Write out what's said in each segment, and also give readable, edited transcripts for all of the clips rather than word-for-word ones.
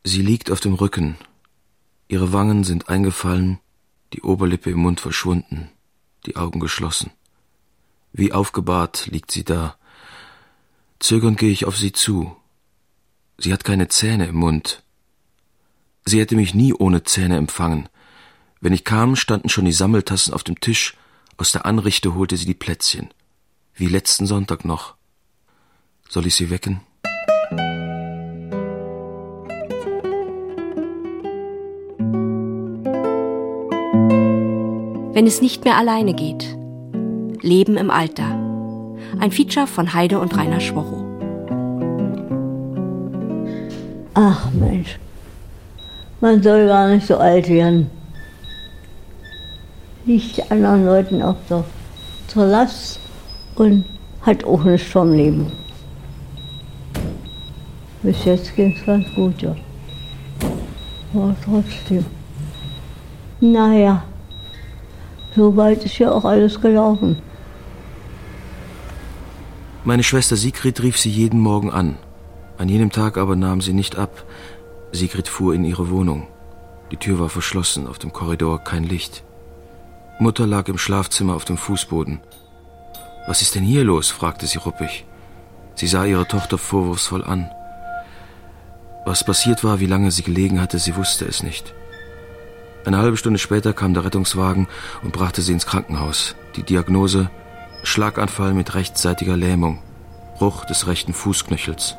Sie liegt auf dem Rücken. Ihre Wangen sind eingefallen, die Oberlippe im Mund verschwunden, die Augen geschlossen. Wie aufgebahrt liegt sie da. Zögernd gehe ich auf sie zu. Sie hat keine Zähne im Mund. Sie hätte mich nie ohne Zähne empfangen. Wenn ich kam, standen schon die Sammeltassen auf dem Tisch. Aus der Anrichte holte sie die Plätzchen. Wie letzten Sonntag noch. Soll ich sie wecken? Wenn es nicht mehr alleine geht. Leben im Alter. Ein Feature von Heide und Rainer Schworrow. Ach Mensch, man soll gar nicht so alt werden. Liegt anderen Leuten auch so zur Last und hat auch nichts vom Leben. Bis jetzt ging es ganz gut, ja. Aber trotzdem. Naja, so weit ist ja auch alles gelaufen. Meine Schwester Sigrid rief sie jeden Morgen an. An jenem Tag aber nahm sie nicht ab. Sigrid fuhr in ihre Wohnung. Die Tür war verschlossen, auf dem Korridor kein Licht. Mutter lag im Schlafzimmer auf dem Fußboden. »Was ist denn hier los?« fragte sie ruppig. Sie sah ihre Tochter vorwurfsvoll an. Was passiert war, wie lange sie gelegen hatte, sie wusste es nicht. Eine halbe Stunde später kam der Rettungswagen und brachte sie ins Krankenhaus. Die Diagnose: Schlaganfall mit rechtsseitiger Lähmung, Bruch des rechten Fußknöchels.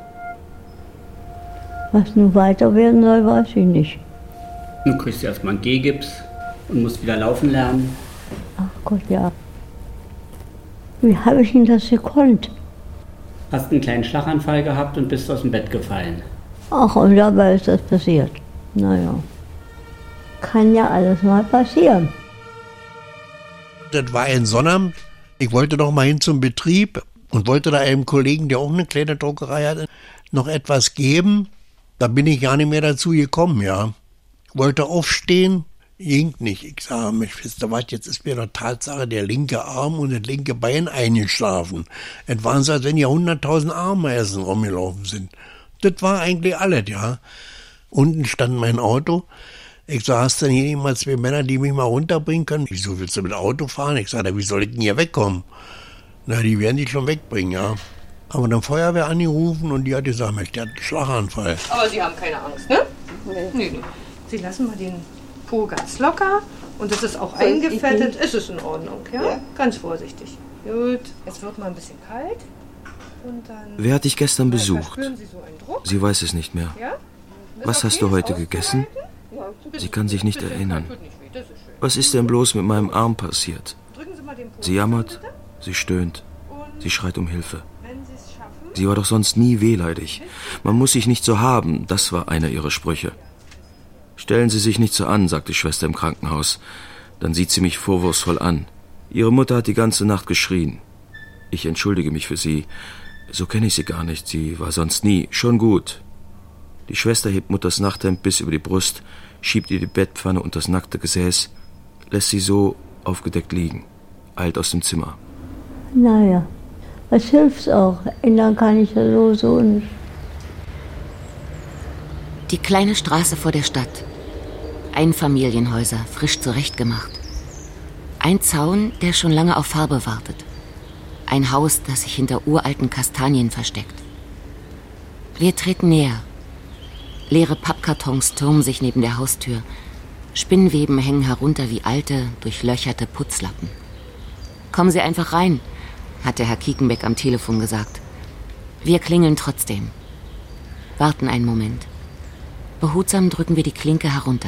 Was nun weiter werden soll, weiß ich nicht. Du kriegst erstmal einen Gehgips und musst wieder laufen lernen. Ach Gott, ja. Wie habe ich denn das gekonnt? Hast einen kleinen Schlaganfall gehabt und bist aus dem Bett gefallen. Ach, und dabei ist das passiert. Naja, kann ja alles mal passieren. Das war ein Sonnabend. Ich wollte noch mal hin zum Betrieb und wollte da einem Kollegen, der auch eine kleine Druckerei hat, noch etwas geben. Da bin ich gar nicht mehr dazu gekommen, ja. Ich wollte aufstehen, ging nicht. Ich sage, wisst ihr was, jetzt ist mir der Tatsache der linke Arm und das linke Bein eingeschlafen. Es waren so, als wenn hier 100.000 Ameisen rumgelaufen sind. Das war eigentlich alles, ja. Unten stand mein Auto. Ich sage, hast du denn hier mal 2 Männer, die mich mal runterbringen können? Wieso willst du mit Auto fahren? Ich sage, wie soll ich denn hier wegkommen? Na, die werden dich schon wegbringen, ja. Aber dann Feuerwehr angerufen und die hat gesagt, Mensch, der hat einen Schlaganfall. Aber Sie haben keine Angst, ne? Nee. Sie lassen mal den Po ganz locker und es ist auch eingefettet. Es ist in Ordnung, ja? Ganz vorsichtig. Gut, es wird mal ein bisschen kalt. Und dann Wer hat dich gestern besucht? Sie so einen Druck. Sie weiß es nicht mehr. Ja? Was hast du heute gegessen? Sie kann sich nicht erinnern. Was ist denn bloß mit meinem Arm passiert? Sie jammert, sie stöhnt, sie schreit um Hilfe. Sie war doch sonst nie wehleidig. Man muss sich nicht so haben, das war einer ihrer Sprüche. Stellen Sie sich nicht so an, sagt die Schwester im Krankenhaus. Dann sieht sie mich vorwurfsvoll an. Ihre Mutter hat die ganze Nacht geschrien. Ich entschuldige mich für sie. So kenne ich sie gar nicht. Sie war sonst nie. Schon gut. Die Schwester hebt Mutters Nachthemd bis über die Brust, schiebt ihr die Bettpfanne unter das nackte Gesäß, lässt sie so aufgedeckt liegen, eilt aus dem Zimmer. Naja, was hilft's auch? Ändern kann ich ja so nicht. Die kleine Straße vor der Stadt. Einfamilienhäuser, frisch zurechtgemacht. Ein Zaun, der schon lange auf Farbe wartet. Ein Haus, das sich hinter uralten Kastanien versteckt. Wir treten näher. Leere Pappkartons türmen sich neben der Haustür. Spinnweben hängen herunter wie alte, durchlöcherte Putzlappen. Kommen Sie einfach rein, hat der Herr Kiekenbeck am Telefon gesagt. Wir klingeln trotzdem. Warten einen Moment. Behutsam drücken wir die Klinke herunter.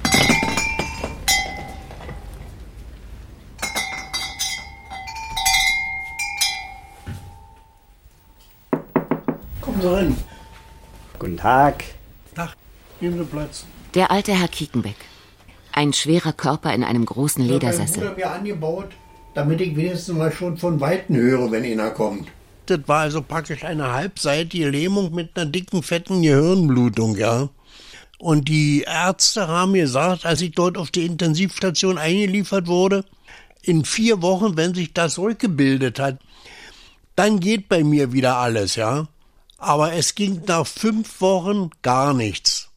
Kommen Sie rein. Guten Tag. Tag, nehmen Sie Platz. Der alte Herr Kiekenbeck. Ein schwerer Körper in einem großen Ledersessel. Das habe ich mir angebaut, damit ich wenigstens mal schon von Weitem höre, wenn einer kommt. Das war also praktisch eine halbseitige Lähmung mit einer dicken, fetten Gehirnblutung, ja. Und die Ärzte haben gesagt, als ich dort auf die Intensivstation eingeliefert wurde, in 4 Wochen, wenn sich das zurückgebildet hat, dann geht bei mir wieder alles, ja. Aber es ging nach 5 Wochen gar nichts.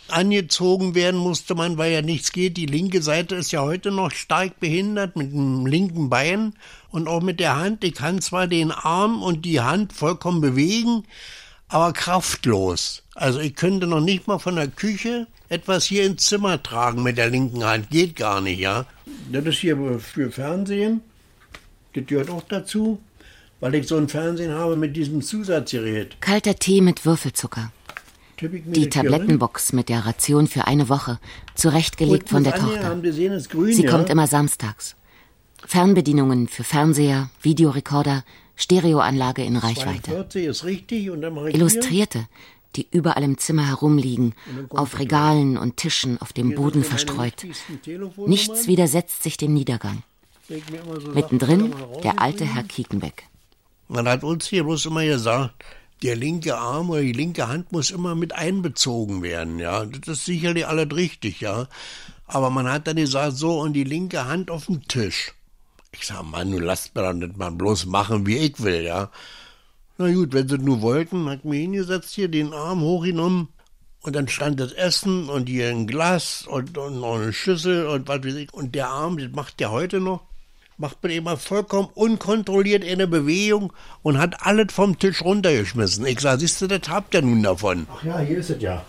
Angezogen werden musste man, weil ja nichts geht. Die linke Seite ist ja heute noch stark behindert mit dem linken Bein und auch mit der Hand. Ich kann zwar den Arm und die Hand vollkommen bewegen, aber kraftlos. Also ich könnte noch nicht mal von der Küche etwas hier ins Zimmer tragen mit der linken Hand. Geht gar nicht, ja. Das ist hier für Fernsehen. Das gehört auch dazu, weil ich so ein Fernsehen habe mit diesem Zusatzgerät. Kalter Tee mit Würfelzucker. Die Tablettenbox mit der Ration für eine Woche, zurechtgelegt von der Tochter. Sie kommt immer samstags. Fernbedienungen für Fernseher, Videorekorder, Stereoanlage in Reichweite. 42 ist richtig und dann mache ich Illustrierte, die überall im Zimmer herumliegen, auf Regalen und Tischen auf dem Boden verstreut. Nichts widersetzt sich dem Niedergang. Mittendrin der alte Herr Kiekenbeck. Man hat uns hier bloß immer gesagt, der linke Arm oder die linke Hand muss immer mit einbezogen werden, ja. Das ist sicherlich alles richtig, ja. Aber man hat dann gesagt, so, und die linke Hand auf dem Tisch. Ich sag, Mann, du lasst mir doch nicht mal bloß machen, wie ich will, ja. Na gut, wenn sie nur wollten, hat mir hingesetzt, hier den Arm hochgenommen und dann stand das Essen und hier ein Glas und noch eine Schüssel und was weiß ich. Und der Arm, das macht der heute noch, macht man immer vollkommen unkontrolliert eine Bewegung und hat alles vom Tisch runtergeschmissen. Ich sag, siehst du, das habt ihr nun davon. Ach ja, hier ist es ja.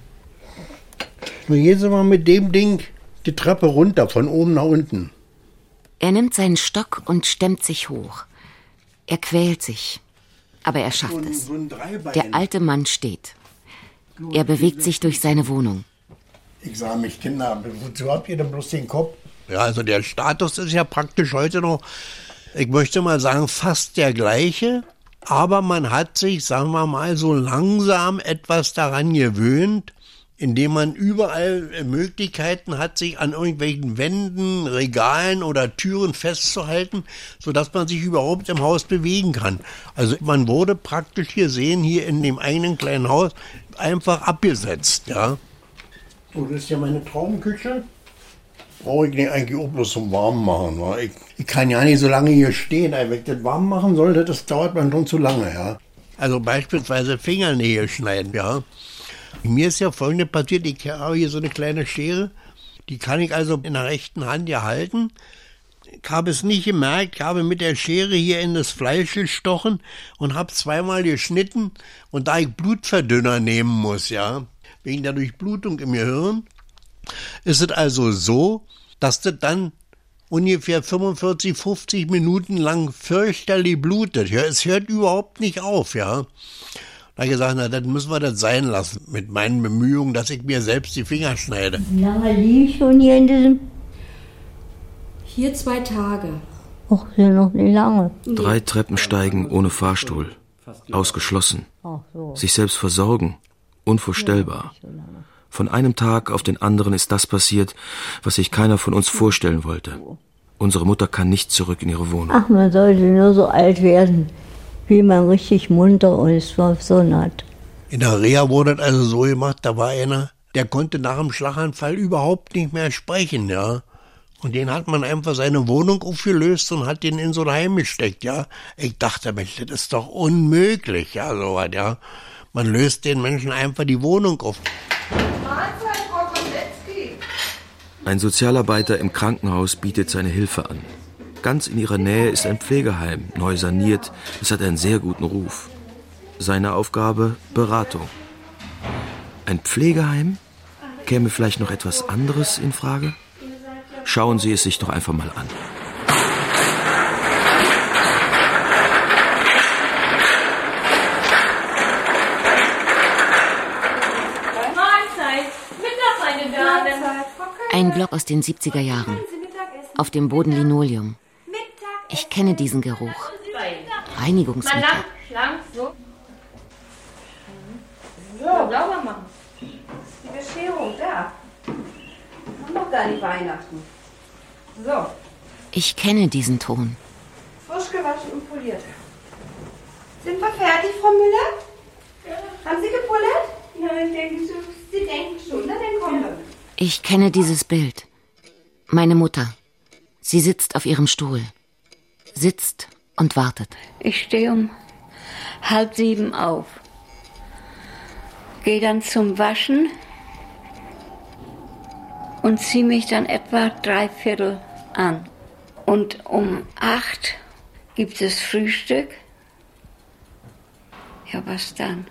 Nur hier sind wir mit dem Ding die Treppe runter, von oben nach unten. Er nimmt seinen Stock und stemmt sich hoch. Er quält sich, aber er schafft es. Der alte Mann steht. Er bewegt sich durch seine Wohnung. Ich sage mich, Kinder, wozu habt ihr denn bloß den Kopf? Ja, also der Status ist ja praktisch heute noch, ich möchte mal sagen, fast der gleiche. Aber man hat sich, sagen wir mal, so langsam etwas daran gewöhnt, indem man überall Möglichkeiten hat, sich an irgendwelchen Wänden, Regalen oder Türen festzuhalten, sodass man sich überhaupt im Haus bewegen kann. Also man wurde praktisch hier sehen, hier in dem eigenen kleinen Haus, einfach abgesetzt, ja. So, das ist ja meine Traumküche. Brauche ich nicht eigentlich auch bloß zum Warm machen. Wa? Ich kann ja nicht so lange hier stehen. Wenn ich das warm machen sollte, das dauert man schon zu lange, ja. Also beispielsweise Fingernägel schneiden, ja. Mir ist ja Folgendes passiert, ich habe hier so eine kleine Schere, die kann ich also in der rechten Hand ja halten. Ich habe es nicht gemerkt, ich habe mit der Schere hier in das Fleisch gestochen und habe zweimal geschnitten. Und da ich Blutverdünner nehmen muss, ja, wegen der Durchblutung im Gehirn, ist es also so, dass das dann ungefähr 45, 50 Minuten lang fürchterlich blutet. Ja, es hört überhaupt nicht auf, ja. Da habe ich gesagt, na, dann müssen wir das sein lassen mit meinen Bemühungen, dass ich mir selbst die Finger schneide. Wie lange liege ich schon hier in diesem? Hier 2 Tage. Ach, ja, noch nicht lange. 3 Treppensteigen ohne Fahrstuhl. Ausgeschlossen. Ach so. Sich selbst versorgen. Unvorstellbar. Von einem Tag auf den anderen ist das passiert, was sich keiner von uns vorstellen wollte. Unsere Mutter kann nicht zurück in ihre Wohnung. Ach, man sollte nur so alt werden, wie man richtig munter ist, was so hat. In der Reha wurde das also so gemacht, da war einer, der konnte nach dem Schlaganfall überhaupt nicht mehr sprechen, ja. Und den hat man einfach seine Wohnung aufgelöst und hat den in so ein Heim gesteckt, ja. Ich dachte, Mensch, das ist doch unmöglich, ja, sowas, ja. Man löst den Menschen einfach die Wohnung auf. Ein Sozialarbeiter im Krankenhaus bietet seine Hilfe an. Ganz in ihrer Nähe ist ein Pflegeheim, neu saniert. Es hat einen sehr guten Ruf. Seine Aufgabe: Beratung. Ein Pflegeheim? Käme vielleicht noch etwas anderes in Frage? Schauen Sie es sich doch einfach mal an. Ein Block aus den 70er Jahren. Auf dem Boden Linoleum. Ich kenne diesen Geruch. Reinigungsmittel. Schlank, so. So, sauber machen. Die Bescherung, da. Haben noch gar nicht Weihnachten. So. Ich kenne diesen Ton. Frisch gewaschen und poliert. Sind wir fertig, Frau Müller? Ja. Haben Sie gepullert? Ja, ich denke, Sie denken schon, na, dann kommen wir. Ich kenne dieses Bild. Meine Mutter. Sie sitzt auf ihrem Stuhl. Sitzt und wartet. Ich stehe um 6:30 auf. Gehe dann zum Waschen und ziehe mich dann etwa 3/4 an. Und um 8 gibt es Frühstück. Ja, was dann?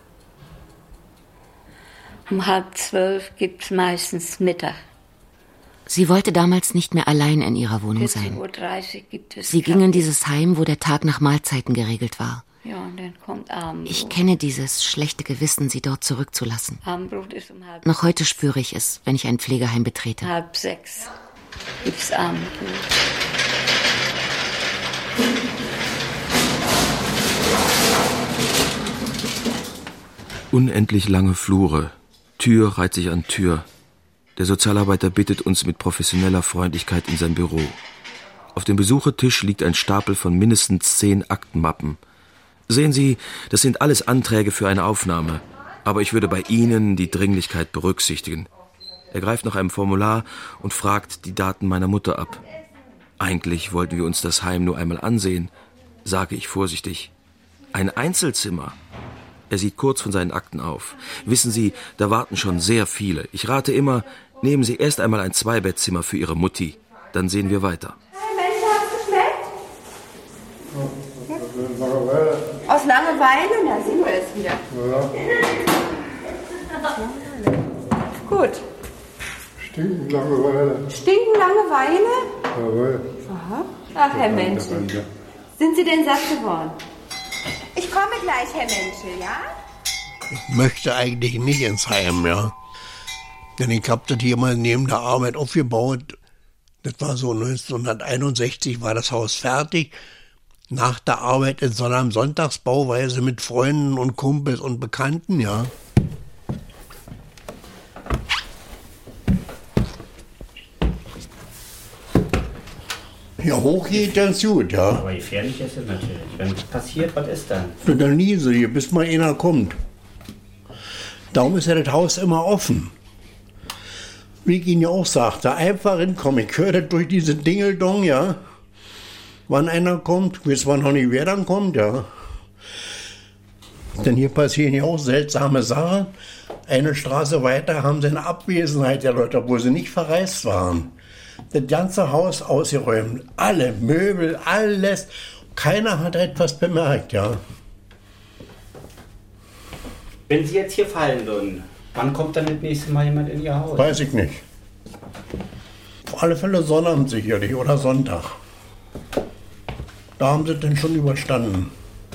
Um 11:30 gibt es meistens Mittag. Sie wollte damals nicht mehr allein in ihrer Wohnung sein. 14:30 Uhr gibt es Sie ging in dieses Heim, wo der Tag nach Mahlzeiten geregelt war. Ja, und dann kommt Abendbrot. Ich kenne dieses schlechte Gewissen, sie dort zurückzulassen. Abendbrot ist um 5:30. Noch heute spüre ich es, wenn ich ein Pflegeheim betrete. 5:30 gibt's Abendbrot. Unendlich lange Flure. Tür reiht sich an Tür. Der Sozialarbeiter bittet uns mit professioneller Freundlichkeit in sein Büro. Auf dem Besuchertisch liegt ein Stapel von mindestens 10 Aktenmappen. Sehen Sie, das sind alles Anträge für eine Aufnahme. Aber ich würde bei Ihnen die Dringlichkeit berücksichtigen. Er greift nach einem Formular und fragt die Daten meiner Mutter ab. Eigentlich wollten wir uns das Heim nur einmal ansehen, sage ich vorsichtig. Ein Einzelzimmer. Er sieht kurz von seinen Akten auf. Wissen Sie, da warten schon sehr viele. Ich rate immer, nehmen Sie erst einmal ein 2-Bettzimmer für Ihre Mutti. Dann sehen wir weiter. Hey Mensch, hast du geschmeckt? Aus Langeweile? Na, sehen wir es wieder. Ja. Gut. Stinken Langeweile. Stinken Langeweile? Jawohl. Aha. Ach, Herr Menschel. Sind Sie denn satt geworden? Ich komme gleich, Herr Menschel, ja? Ich möchte eigentlich nicht ins Heim, ja. Denn ich habe das hier mal neben der Arbeit aufgebaut. Das war so 1961 war das Haus fertig. Nach der Arbeit in so einer Sonntagsbauweise mit Freunden und Kumpels und Bekannten, ja. Ja, hoch geht ganz gut, ja. Aber gefährlich ist es natürlich. Wenn es passiert, was ist dann? Dann niese hier, bis mal einer kommt. Darum ist ja das Haus immer offen. Wie ich Ihnen ja auch sagte, einfach hinkommen. Ich höre das durch diese Dingeldong, ja. Wann einer kommt, weiß man noch nicht, wer dann kommt, ja. Denn hier passieren ja auch seltsame Sachen. Eine Straße weiter haben sie eine Abwesenheit der Leute, obwohl sie nicht verreist waren. Das ganze Haus ausgeräumt, alle Möbel, alles. Keiner hat etwas bemerkt, ja. Wenn Sie jetzt hier fallen würden, wann kommt dann das nächste Mal jemand in Ihr Haus? Weiß ich nicht. Auf alle Fälle Sonnabend sicherlich oder Sonntag. Da haben sie denn schon überstanden.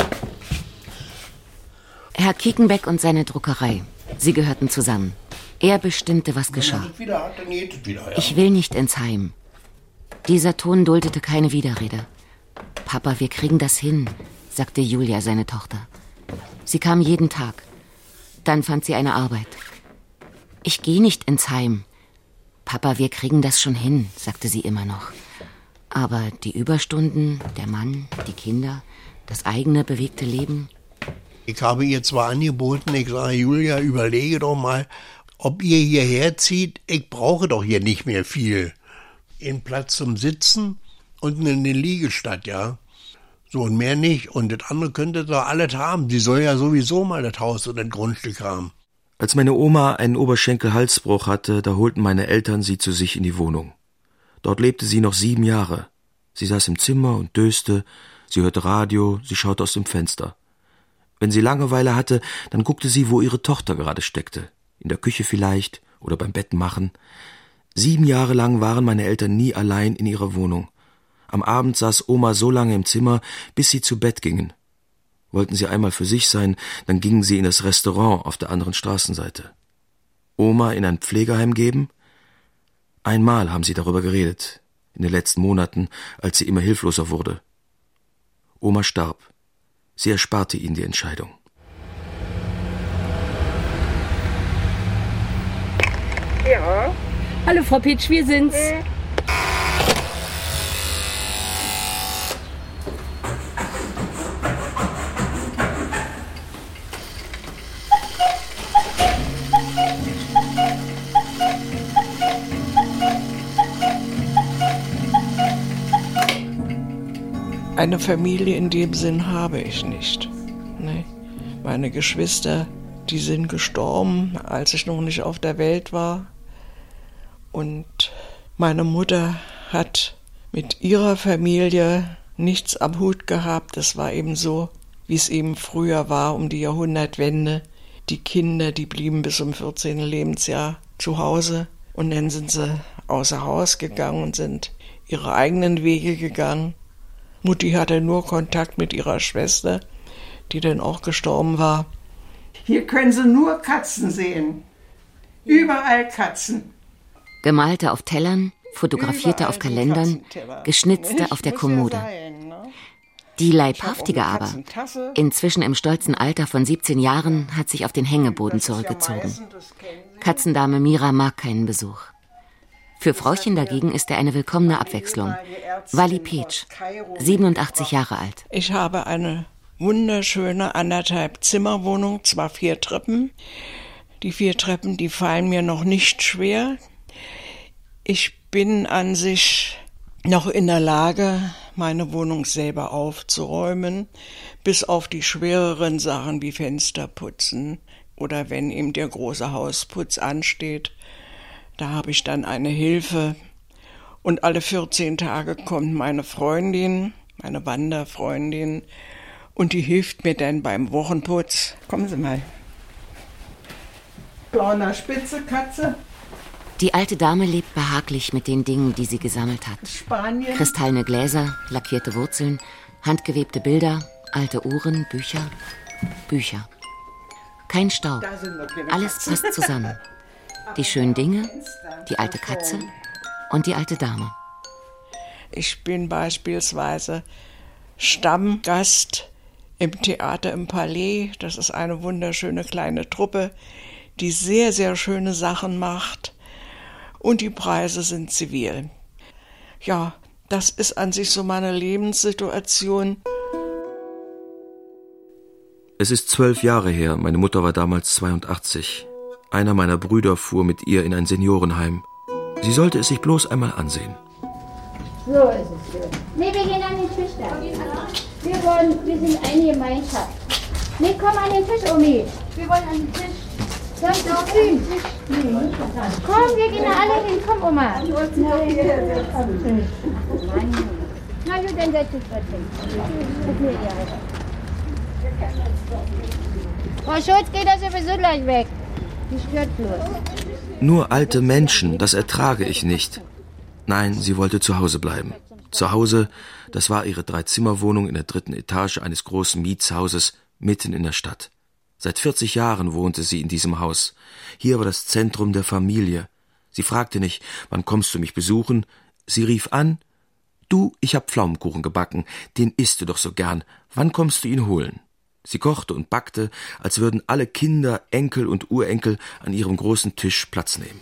Herr Kiekenbeck und seine Druckerei. Sie gehörten zusammen. Er bestimmte, was geschah. Wenn man das wieder hat, dann geht es wieder, ja. Ich will nicht ins Heim. Dieser Ton duldete keine Widerrede. Papa, wir kriegen das hin, sagte Julia, seine Tochter. Sie kam jeden Tag. Dann fand sie eine Arbeit. Ich gehe nicht ins Heim. Papa, wir kriegen das schon hin, sagte sie immer noch. Aber die Überstunden, der Mann, die Kinder, das eigene bewegte Leben. Ich habe ihr zwar angeboten, ich sage, Julia, überlege doch mal, ob ihr hierher zieht. Ich brauche doch hier nicht mehr viel. Einen Platz zum Sitzen und eine Liegestatt, ja. So und mehr nicht. Und das andere könnte doch alles haben. Sie soll ja sowieso mal das Haus und das Grundstück haben. Als meine Oma einen Oberschenkel-Halsbruch hatte, da holten meine Eltern sie zu sich in die Wohnung. Dort lebte sie noch 7 Jahre. Sie saß im Zimmer und döste, sie hörte Radio, sie schaute aus dem Fenster. Wenn sie Langeweile hatte, dann guckte sie, wo ihre Tochter gerade steckte. In der Küche vielleicht oder beim Bettmachen. 7 Jahre lang waren meine Eltern nie allein in ihrer Wohnung. Am Abend saß Oma so lange im Zimmer, bis sie zu Bett gingen. Wollten sie einmal für sich sein, dann gingen sie in das Restaurant auf der anderen Straßenseite. Oma in ein Pflegeheim geben? Einmal haben sie darüber geredet, in den letzten Monaten, als sie immer hilfloser wurde. Oma starb. Sie ersparte ihnen die Entscheidung. Ja. Hallo Frau Pitsch, wir sind's. Eine Familie in dem Sinn habe ich nicht. Nee. Meine Geschwister, die sind gestorben, als ich noch nicht auf der Welt war. Und meine Mutter hat mit ihrer Familie nichts am Hut gehabt. Das war eben so, wie es eben früher war, um die Jahrhundertwende. Die Kinder, die blieben bis zum 14. Lebensjahr zu Hause und dann sind sie außer Haus gegangen und sind ihre eigenen Wege gegangen. Mutti hatte nur Kontakt mit ihrer Schwester, die dann auch gestorben war. Hier können Sie nur Katzen sehen. Überall Katzen. Gemalte auf Tellern, fotografierte auf Kalendern, geschnitzte auf der Kommode. Die Leibhaftige aber, inzwischen im stolzen Alter von 17 Jahren, hat sich auf den Hängeboden zurückgezogen. Katzendame Mira mag keinen Besuch. Für Frauchen dagegen ist er eine willkommene Abwechslung. Wally Petsch, 87 Jahre alt. Ich habe eine wunderschöne 1,5 Zimmerwohnung, zwar 4 Treppen. Die 4 Treppen, die fallen mir noch nicht schwer. Ich bin an sich noch in der Lage, meine Wohnung selber aufzuräumen, bis auf die schwereren Sachen wie Fenster putzen oder wenn eben der große Hausputz ansteht. Da habe ich dann eine Hilfe. Und alle 14 Tage kommt meine Freundin, meine Wanderfreundin, und die hilft mir dann beim Wochenputz. Kommen Sie mal. Blauer Spitze, Katze. Die alte Dame lebt behaglich mit den Dingen, die sie gesammelt hat. Spanien. Kristallene Gläser, lackierte Wurzeln, handgewebte Bilder, alte Uhren, Bücher. Bücher. Kein Staub. Alles passt zusammen. Die schönen Dinge, die alte Katze und die alte Dame. Ich bin beispielsweise Stammgast im Theater im Palais. Das ist eine wunderschöne kleine Truppe, die sehr, sehr schöne Sachen macht. Und die Preise sind zivil. Ja, das ist an sich so meine Lebenssituation. Es ist 12 Jahre her, meine Mutter war damals 82. Einer meiner Brüder fuhr mit ihr in ein Seniorenheim. Sie sollte es sich bloß einmal ansehen. So ist es schön. Nee, wir gehen an den Tisch da. Wir sind eine Gemeinschaft. Nee, komm an den Tisch, Omi. Wir wollen an den Tisch. Sonst ist grün. Komm, wir gehen da alle hin. Komm, Oma. Na gut, dann setz dich dorthin. Frau Schulz geht da sowieso gleich weg. Die stört bloß. Nur alte Menschen, das ertrage ich nicht. Nein, sie wollte zu Hause bleiben. Zu Hause, das war ihre 3-Zimmer-Wohnung in der 3. Etage eines großen Mietshauses mitten in der Stadt. Seit 40 Jahren wohnte sie in diesem Haus. Hier war das Zentrum der Familie. Sie fragte nicht, wann kommst du mich besuchen? Sie rief an, du, ich hab Pflaumenkuchen gebacken, den isst du doch so gern, wann kommst du ihn holen? Sie kochte und backte, als würden alle Kinder, Enkel und Urenkel an ihrem großen Tisch Platz nehmen.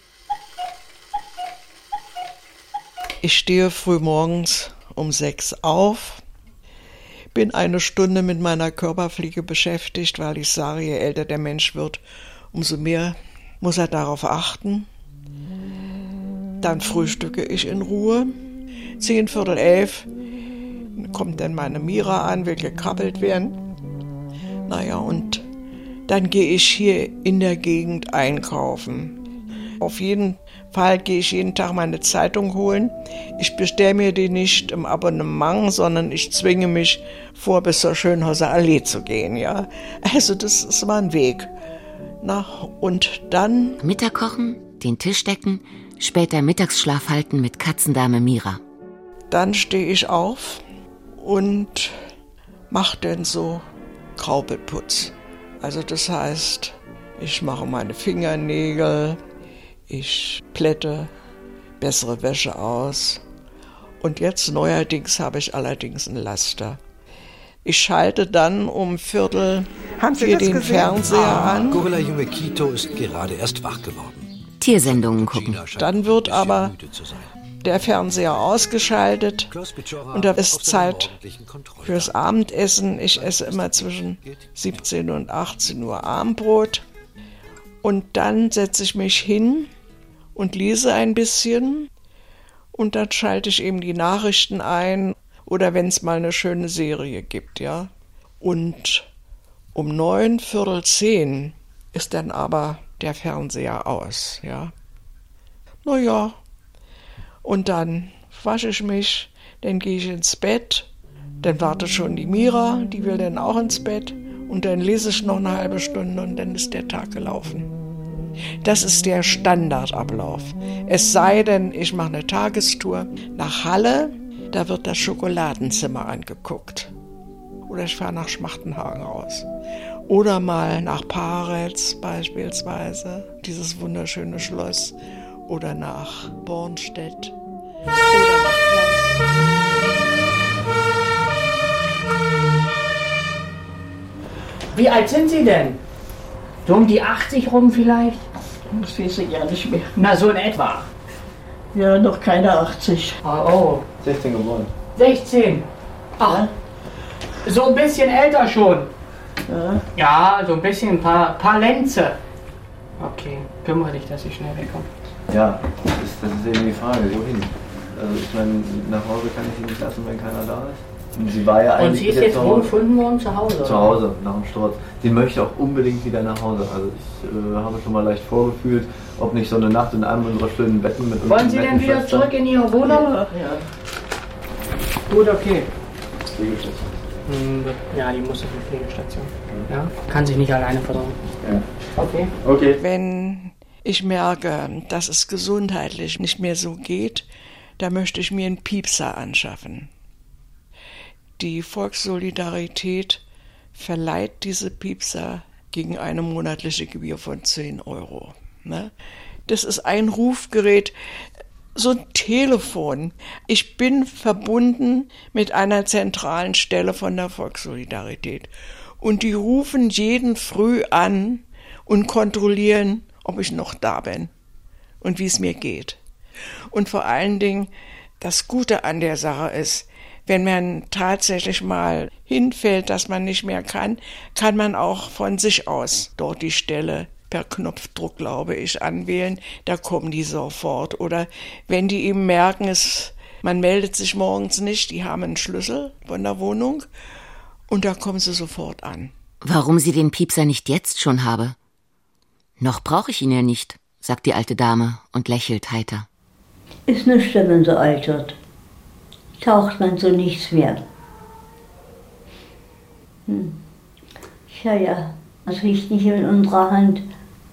Ich stehe frühmorgens um 6 auf, bin eine Stunde mit meiner Körperpflege beschäftigt, weil ich sage, je älter der Mensch wird, umso mehr muss er darauf achten. Dann frühstücke ich in Ruhe. 10, Viertel 11 kommt dann meine Mira an, will gekrabbelt werden. Naja, und dann gehe ich hier in der Gegend einkaufen. Auf jeden Fall gehe ich jeden Tag meine Zeitung holen. Ich bestelle mir die nicht im Abonnement, sondern ich zwinge mich vor, bis zur Schönhauser Allee zu gehen. Ja? Also das ist mein Weg. Na, und dann... Mittag kochen, den Tisch decken, später Mittagsschlaf halten mit Katzendame Mira. Dann stehe ich auf und mache dann so Graupelputz. Also das heißt, ich mache meine Fingernägel, ich plätte bessere Wäsche aus. Und jetzt neuerdings habe ich allerdings einen Laster. Ich schalte dann um 3:15 den Fernseher an. Gorilla-Junge Kito ist gerade erst wach geworden. Tiersendungen gucken. Dann wird aber der Fernseher ausgeschaltet und da ist Zeit fürs Abendessen. Ich esse immer zwischen 17 und 18 Uhr Abendbrot. Und dann setze ich mich hin und lese ein bisschen. Und dann schalte ich eben die Nachrichten ein oder wenn es mal eine schöne Serie gibt, ja. Und um 9, 9:45 ist dann aber der Fernseher aus, ja. Na ja, und dann wasche ich mich, dann gehe ich ins Bett, dann wartet schon die Mira, die will dann auch ins Bett und dann lese ich noch eine halbe Stunde und dann ist der Tag gelaufen. Das ist der Standardablauf. Es sei denn, ich mache eine Tagestour nach Halle, da wird das Schokoladenzimmer angeguckt. Oder ich fahre nach Schmachtenhagen raus. Oder mal nach Paretz beispielsweise, dieses wunderschöne Schloss. Oder nach Bornstedt. Oder nach Platz. Wie alt sind Sie denn? So um die 80 rum vielleicht? Das weiß ich ja nicht mehr. Na, so in etwa. Ja, noch keine 80. Oh. 16 geworden. 16. Ach, so ein bisschen älter schon. Ja. Ja, so ein bisschen, ein paar Lenze. Okay, kümmere dich, dass ich schnell wegkomme. Ja, das ist eben die Frage, wohin? Also ich meine, nach Hause kann ich sie nicht lassen, wenn keiner da ist. Und sie war ja eigentlich. Und sie ist jetzt wo gefunden worden? Zu Hause? Zu Hause, nach dem Sturz. Sie möchte auch unbedingt wieder nach Hause. Also ich habe schon mal leicht vorgefühlt, ob nicht so eine Nacht in einem unserer schönen Betten mit uns. Wollen Sie denn wieder zurück in Ihre Wohnung? Ja. Gut, okay. Pflegestation. Ja, die muss auf die Pflegestation. Ja? Kann sich nicht alleine versorgen. Ja. Okay. Wenn ich merke, dass es gesundheitlich nicht mehr so geht, da möchte ich mir einen Piepser anschaffen. Die Volkssolidarität verleiht diese Piepser gegen eine monatliche Gebühr von 10 €. Ne? Das ist ein Rufgerät, so ein Telefon. Ich bin verbunden mit einer zentralen Stelle von der Volkssolidarität. Und die rufen jeden früh an und kontrollieren, ob ich noch da bin und wie es mir geht. Und vor allen Dingen, das Gute an der Sache ist, wenn man tatsächlich mal hinfällt, dass man nicht mehr kann man auch von sich aus dort die Stelle per Knopfdruck, glaube ich, anwählen. Da kommen die sofort. Oder wenn die eben merken, man meldet sich morgens nicht, die haben einen Schlüssel von der Wohnung und da kommen sie sofort an. Warum sie den Piepser nicht jetzt schon habe? Noch brauche ich ihn ja nicht, sagt die alte Dame und lächelt heiter. Ist nichts, wenn man so alt wird. Taucht man so nichts mehr. Ja, das liegt nicht in unserer Hand.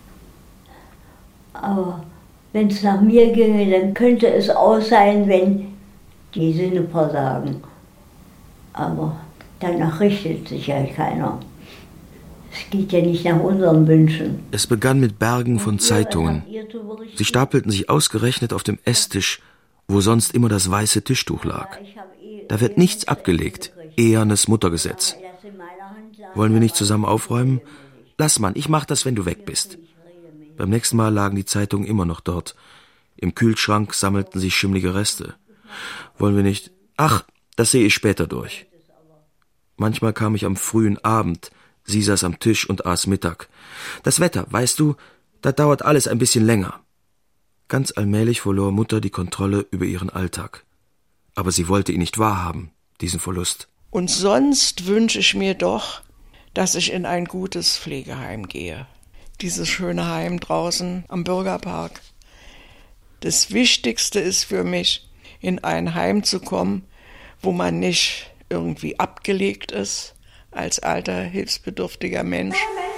Aber wenn es nach mir ginge, dann könnte es auch sein, wenn die Sinne versagen. Aber danach richtet sich ja keiner. Es geht ja nicht nach unseren Wünschen. Es begann mit Bergen von Zeitungen. Sie stapelten sich ausgerechnet auf dem Esstisch, wo sonst immer das weiße Tischtuch lag. Da wird nichts abgelegt, ehernes Muttergesetz. Wollen wir nicht zusammen aufräumen? Lass Mann, ich mach das, wenn du weg bist. Beim nächsten Mal lagen die Zeitungen immer noch dort. Im Kühlschrank sammelten sich schimmlige Reste. Wollen wir nicht? Ach, das sehe ich später durch. Manchmal kam ich am frühen Abend. Sie saß am Tisch und aß Mittag. Das Wetter, weißt du, da dauert alles ein bisschen länger. Ganz allmählich verlor Mutter die Kontrolle über ihren Alltag. Aber sie wollte ihn nicht wahrhaben, diesen Verlust. Und sonst wünsche ich mir doch, dass ich in ein gutes Pflegeheim gehe. Dieses schöne Heim draußen am Bürgerpark. Das Wichtigste ist für mich, in ein Heim zu kommen, wo man nicht irgendwie abgelegt ist als alter, hilfsbedürftiger Mensch.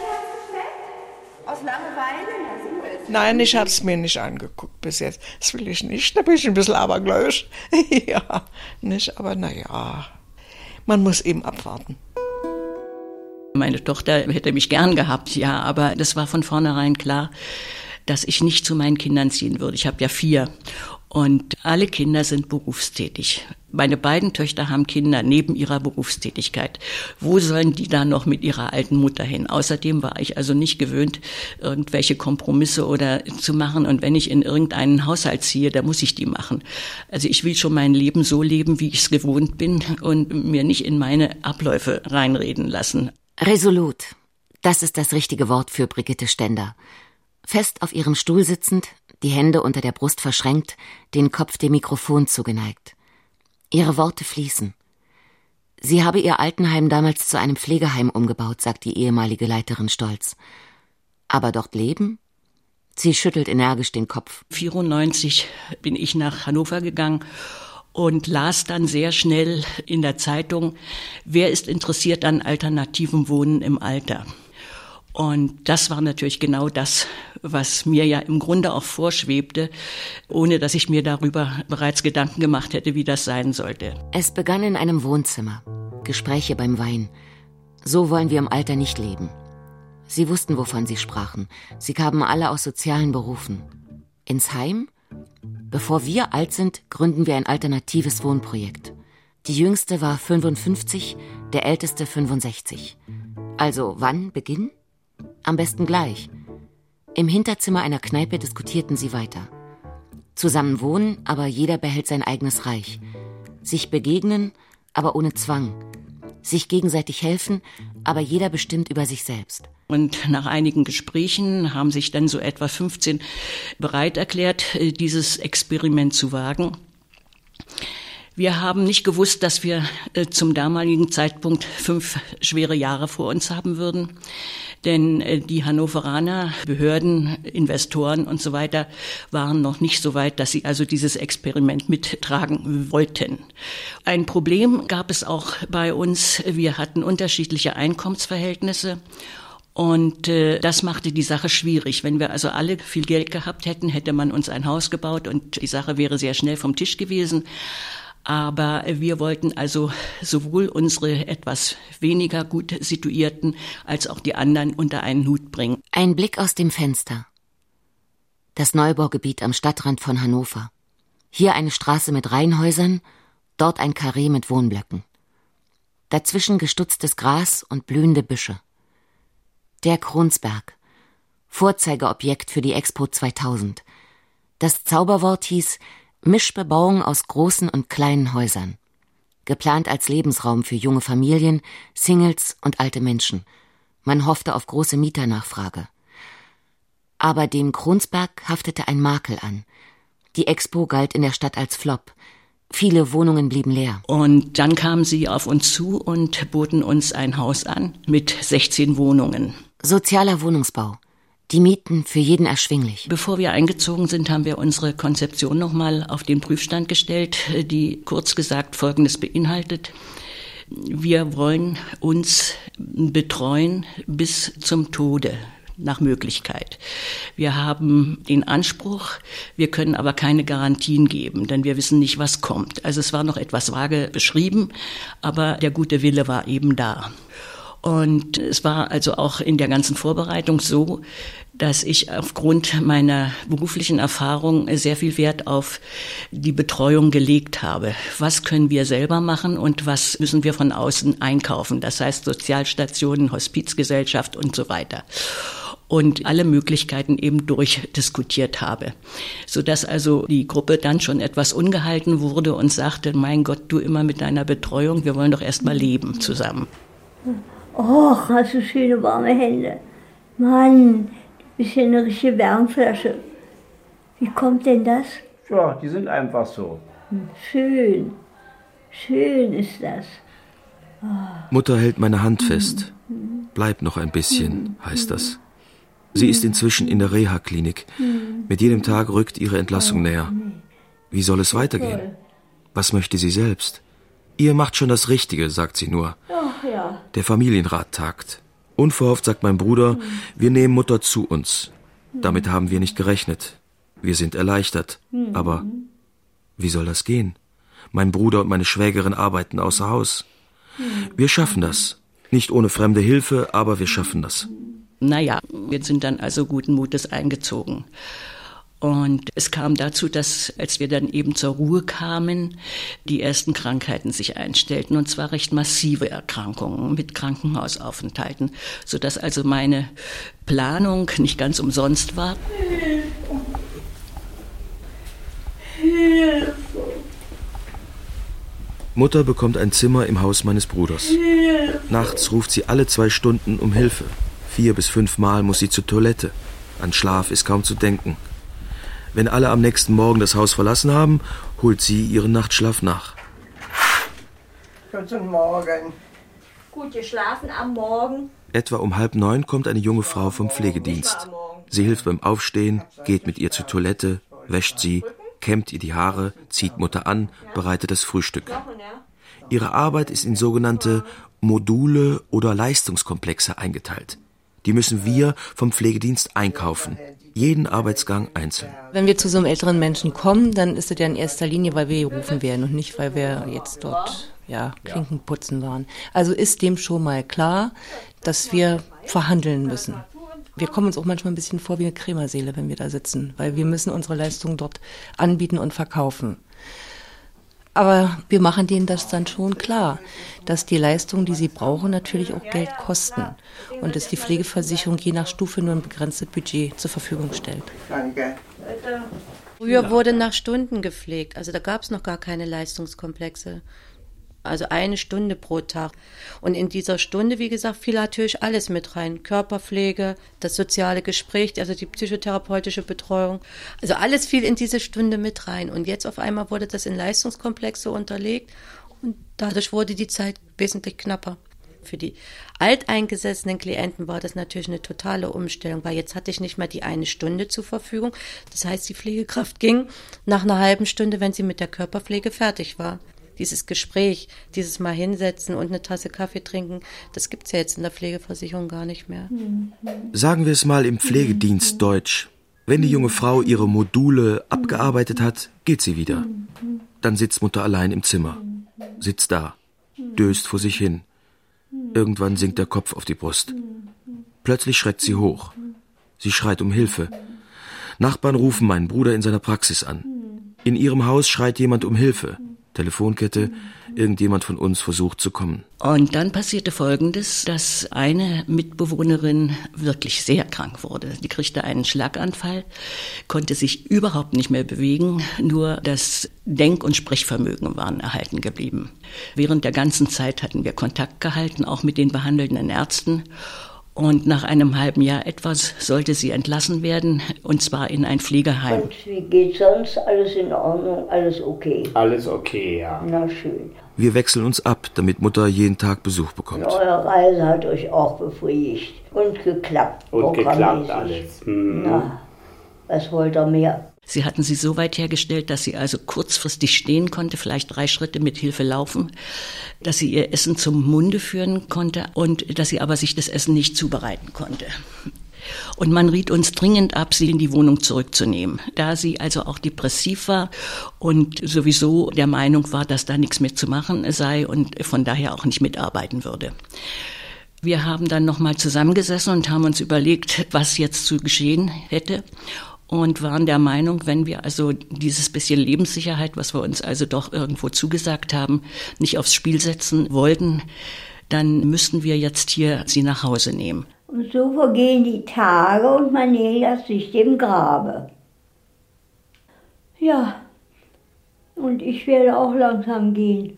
Aus Langeweile? Nein, ich habe es mir nicht angeguckt bis jetzt. Das will ich nicht. Da bin ich ein bisschen abergläubisch. Ja, nicht, aber naja, man muss eben abwarten. Meine Tochter hätte mich gern gehabt, ja, aber das war von vornherein klar, dass ich nicht zu meinen Kindern ziehen würde. Ich habe ja 4 und alle Kinder sind berufstätig. Meine beiden Töchter haben Kinder neben ihrer Berufstätigkeit. Wo sollen die da noch mit ihrer alten Mutter hin? Außerdem war ich also nicht gewöhnt, irgendwelche Kompromisse oder zu machen. Und wenn ich in irgendeinen Haushalt ziehe, da muss ich die machen. Also ich will schon mein Leben so leben, wie ich es gewohnt bin und mir nicht in meine Abläufe reinreden lassen. Resolut. Das ist das richtige Wort für Brigitte Stender. Fest auf ihrem Stuhl sitzend, die Hände unter der Brust verschränkt, den Kopf dem Mikrofon zugeneigt. Ihre Worte fließen. Sie habe ihr Altenheim damals zu einem Pflegeheim umgebaut, sagt die ehemalige Leiterin stolz. Aber dort leben? Sie schüttelt energisch den Kopf. 1994 bin ich nach Hannover gegangen und las dann sehr schnell in der Zeitung, wer ist interessiert an alternativem Wohnen im Alter. Und das war natürlich genau das, was mir ja im Grunde auch vorschwebte, ohne dass ich mir darüber bereits Gedanken gemacht hätte, wie das sein sollte. Es begann in einem Wohnzimmer. Gespräche beim Wein. So wollen wir im Alter nicht leben. Sie wussten, wovon sie sprachen. Sie kamen alle aus sozialen Berufen. Ins Heim? Bevor wir alt sind, gründen wir ein alternatives Wohnprojekt. Die Jüngste war 55, der Älteste 65. Also wann Beginn? Am besten gleich. Im Hinterzimmer einer Kneipe diskutierten sie weiter. Zusammen wohnen, aber jeder behält sein eigenes Reich. Sich begegnen, aber ohne Zwang. Sich gegenseitig helfen, aber jeder bestimmt über sich selbst. Und nach einigen Gesprächen haben sich dann so etwa 15 bereit erklärt, dieses Experiment zu wagen. Wir haben nicht gewusst, dass wir zum damaligen Zeitpunkt 5 schwere Jahre vor uns haben würden. Denn die Hannoveraner, Behörden, Investoren und so weiter waren noch nicht so weit, dass sie also dieses Experiment mittragen wollten. Ein Problem gab es auch bei uns. Wir hatten unterschiedliche Einkommensverhältnisse. Und das machte die Sache schwierig. Wenn wir also alle viel Geld gehabt hätten, hätte man uns ein Haus gebaut und die Sache wäre sehr schnell vom Tisch gewesen. Aber wir wollten also sowohl unsere etwas weniger gut situierten als auch die anderen unter einen Hut bringen. Ein Blick aus dem Fenster. Das Neubaugebiet am Stadtrand von Hannover. Hier eine Straße mit Reihenhäusern, dort ein Karree mit Wohnblöcken. Dazwischen gestutztes Gras und blühende Büsche. Der Kronsberg. Vorzeigeobjekt für die Expo 2000. Das Zauberwort hieß Mischbebauung aus großen und kleinen Häusern. Geplant als Lebensraum für junge Familien, Singles und alte Menschen. Man hoffte auf große Mieternachfrage. Aber dem Kronsberg haftete ein Makel an. Die Expo galt in der Stadt als Flop. Viele Wohnungen blieben leer. Und dann kamen sie auf uns zu und boten uns ein Haus an mit 16 Wohnungen. Sozialer Wohnungsbau. Die Mieten für jeden erschwinglich. Bevor wir eingezogen sind, haben wir unsere Konzeption nochmal auf den Prüfstand gestellt, die kurz gesagt Folgendes beinhaltet. Wir wollen uns betreuen bis zum Tode, nach Möglichkeit. Wir haben den Anspruch, wir können aber keine Garantien geben, denn wir wissen nicht, was kommt. Also es war noch etwas vage beschrieben, aber der gute Wille war eben da. Und es war also auch in der ganzen Vorbereitung so, dass ich aufgrund meiner beruflichen Erfahrung sehr viel Wert auf die Betreuung gelegt habe. Was können wir selber machen und was müssen wir von außen einkaufen? Das heißt Sozialstationen, Hospizgesellschaft und so weiter. Und alle Möglichkeiten eben durchdiskutiert habe. Sodass also die Gruppe dann schon etwas ungehalten wurde und sagte, mein Gott, du immer mit deiner Betreuung, wir wollen doch erst mal leben zusammen. Oh, hast du schöne warme Hände. Mann, du bist ja eine richtige Wärmflasche. Wie kommt denn das? Ja, die sind einfach so. Schön. Schön ist das. Oh. Mutter hält meine Hand fest. Bleib noch ein bisschen, heißt das. Sie ist inzwischen in der Reha-Klinik. Mit jedem Tag rückt ihre Entlassung näher. Wie soll es weitergehen? Was möchte sie selbst? Ihr macht schon das Richtige, sagt sie nur. Ach ja. Der Familienrat tagt. Unverhofft sagt mein Bruder, wir nehmen Mutter zu uns. Damit haben wir nicht gerechnet. Wir sind erleichtert. Aber wie soll das gehen? Mein Bruder und meine Schwägerin arbeiten außer Haus. Wir schaffen das. Nicht ohne fremde Hilfe, aber wir schaffen das. Naja, wir sind dann also guten Mutes eingezogen. Und es kam dazu, dass, als wir dann eben zur Ruhe kamen, die ersten Krankheiten sich einstellten, und zwar recht massive Erkrankungen mit Krankenhausaufenthalten, sodass also meine Planung nicht ganz umsonst war. Hilfe. Mutter bekommt ein Zimmer im Haus meines Bruders. Hilfe. Nachts ruft sie alle 2 Stunden um Hilfe. 4 bis 5 Mal muss sie zur Toilette. An Schlaf ist kaum zu denken. Wenn alle am nächsten Morgen das Haus verlassen haben, holt sie ihren Nachtschlaf nach. Guten Morgen. Gut geschlafen am Morgen? Etwa um 8:30 kommt eine junge Frau vom Pflegedienst. Sie hilft beim Aufstehen, geht mit ihr zur Toilette, wäscht sie, kämmt ihr die Haare, zieht Mutter an, bereitet das Frühstück. Ihre Arbeit ist in sogenannte Module oder Leistungskomplexe eingeteilt. Die müssen wir vom Pflegedienst einkaufen. Jeden Arbeitsgang einzeln. Wenn wir zu so einem älteren Menschen kommen, dann ist es ja in erster Linie, weil wir gerufen werden und nicht, weil wir jetzt dort Klinken putzen waren. Also ist dem schon mal klar, dass wir verhandeln müssen. Wir kommen uns auch manchmal ein bisschen vor wie eine Krämerseele, wenn wir da sitzen, weil wir müssen unsere Leistung dort anbieten und verkaufen. Aber wir machen denen das dann schon klar, dass die Leistungen, die sie brauchen, natürlich auch Geld kosten und dass die Pflegeversicherung je nach Stufe nur ein begrenztes Budget zur Verfügung stellt. Danke. Früher wurde nach Stunden gepflegt, also da gab es noch gar keine Leistungskomplexe. Also 1 Stunde pro Tag. Und in dieser Stunde, wie gesagt, fiel natürlich alles mit rein. Körperpflege, das soziale Gespräch, also die psychotherapeutische Betreuung. Also alles fiel in diese Stunde mit rein. Und jetzt auf einmal wurde das in Leistungskomplexe unterlegt. Und dadurch wurde die Zeit wesentlich knapper. Für die alteingesessenen Klienten war das natürlich eine totale Umstellung, weil jetzt hatte ich nicht mal die 1 Stunde zur Verfügung. Das heißt, die Pflegekraft ging nach einer halben Stunde, wenn sie mit der Körperpflege fertig war. Dieses Gespräch, dieses Mal hinsetzen und eine Tasse Kaffee trinken, das gibt's ja jetzt in der Pflegeversicherung gar nicht mehr. Sagen wir es mal im Pflegedienst Deutsch. Wenn die junge Frau ihre Module abgearbeitet hat, geht sie wieder. Dann sitzt Mutter allein im Zimmer. Sitzt da, döst vor sich hin. Irgendwann sinkt der Kopf auf die Brust. Plötzlich schreckt sie hoch. Sie schreit um Hilfe. Nachbarn rufen meinen Bruder in seiner Praxis an. In ihrem Haus schreit jemand um Hilfe. Telefonkette, irgendjemand von uns versucht zu kommen. Und dann passierte Folgendes, dass eine Mitbewohnerin wirklich sehr krank wurde. Die kriegte einen Schlaganfall, konnte sich überhaupt nicht mehr bewegen, nur das Denk- und Sprechvermögen waren erhalten geblieben. Während der ganzen Zeit hatten wir Kontakt gehalten, auch mit den behandelnden Ärzten. Und nach einem halben Jahr etwas sollte sie entlassen werden, und zwar in ein Pflegeheim. Und wie geht's sonst? Alles in Ordnung? Alles okay? Alles okay, ja. Na schön. Wir wechseln uns ab, damit Mutter jeden Tag Besuch bekommt. Und eure Reise hat euch auch befriedigt und geklappt. Und geklappt alles. Na, was wollt ihr mehr? Sie hatten sie so weit hergestellt, dass sie also kurzfristig stehen konnte, vielleicht 3 Schritte mit Hilfe laufen, dass sie ihr Essen zum Munde führen konnte und dass sie aber sich das Essen nicht zubereiten konnte. Und man riet uns dringend ab, sie in die Wohnung zurückzunehmen, da sie also auch depressiv war und sowieso der Meinung war, dass da nichts mehr zu machen sei und von daher auch nicht mitarbeiten würde. Wir haben dann nochmal zusammengesessen und haben uns überlegt, was jetzt zu geschehen hätte. Und waren der Meinung, wenn wir also dieses bisschen Lebenssicherheit, was wir uns also doch irgendwo zugesagt haben, nicht aufs Spiel setzen wollten, dann müssten wir jetzt hier sie nach Hause nehmen. Und so vergehen die Tage und man nähert sich dem Grabe. Ja, und ich werde auch langsam gehen.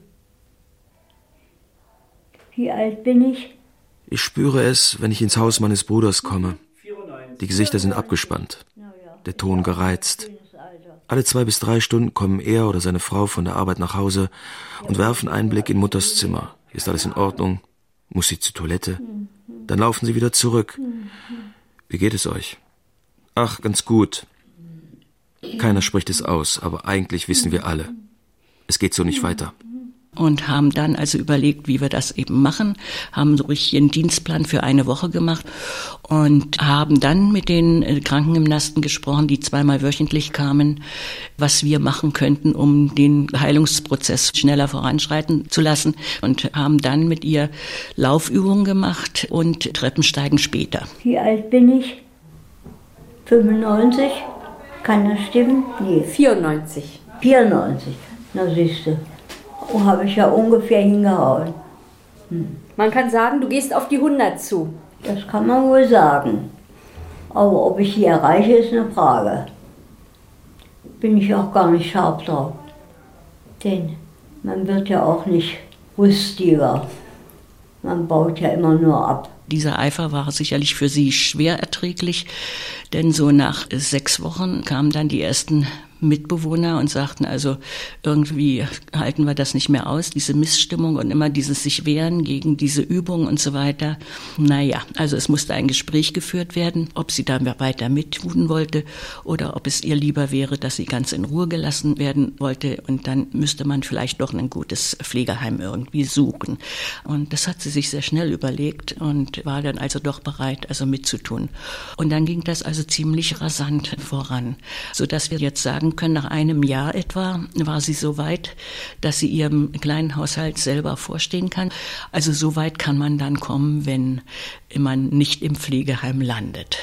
Wie alt bin ich? Ich spüre es, wenn ich ins Haus meines Bruders komme. Die Gesichter sind abgespannt. Der Ton gereizt. Alle 2 bis 3 Stunden kommen er oder seine Frau von der Arbeit nach Hause und werfen einen Blick in Mutters Zimmer. Ist alles in Ordnung? Muss sie zur Toilette? Dann laufen sie wieder zurück. Wie geht es euch? Ach, ganz gut. Keiner spricht es aus, aber eigentlich wissen wir alle. Es geht so nicht weiter. Und haben dann also überlegt, wie wir das eben machen, haben so richtig einen Dienstplan für eine Woche gemacht und haben dann mit den Krankengymnasten gesprochen, die 2-mal wöchentlich kamen, was wir machen könnten, um den Heilungsprozess schneller voranschreiten zu lassen, und haben dann mit ihr Laufübungen gemacht und Treppensteigen später. Wie alt bin ich? 95? Kann das stimmen? Nee. 94. 94, na siehste. Oh, habe ich ja ungefähr hingehauen. Man kann sagen, du gehst auf die 100 zu. Das kann man wohl sagen. Aber ob ich die erreiche, ist eine Frage. Bin ich auch gar nicht scharf drauf. Denn man wird ja auch nicht rüstiger. Man baut ja immer nur ab. Dieser Eifer war sicherlich für sie schwer erträglich, denn so nach 6 Wochen kamen dann die ersten Mitbewohner und sagten, also irgendwie halten wir das nicht mehr aus, diese Missstimmung und immer dieses sich wehren gegen diese Übung und so weiter. Naja, also es musste ein Gespräch geführt werden, ob sie da weiter mittun wollte oder ob es ihr lieber wäre, dass sie ganz in Ruhe gelassen werden wollte und dann müsste man vielleicht doch ein gutes Pflegeheim irgendwie suchen. Und das hat sie sich sehr schnell überlegt und war dann also doch bereit, also mitzutun. Und dann ging das also ziemlich rasant voran, sodass wir jetzt sagen können, nach einem Jahr etwa war sie so weit, dass sie ihrem kleinen Haushalt selber vorstehen kann. Also so weit kann man dann kommen, wenn man nicht im Pflegeheim landet.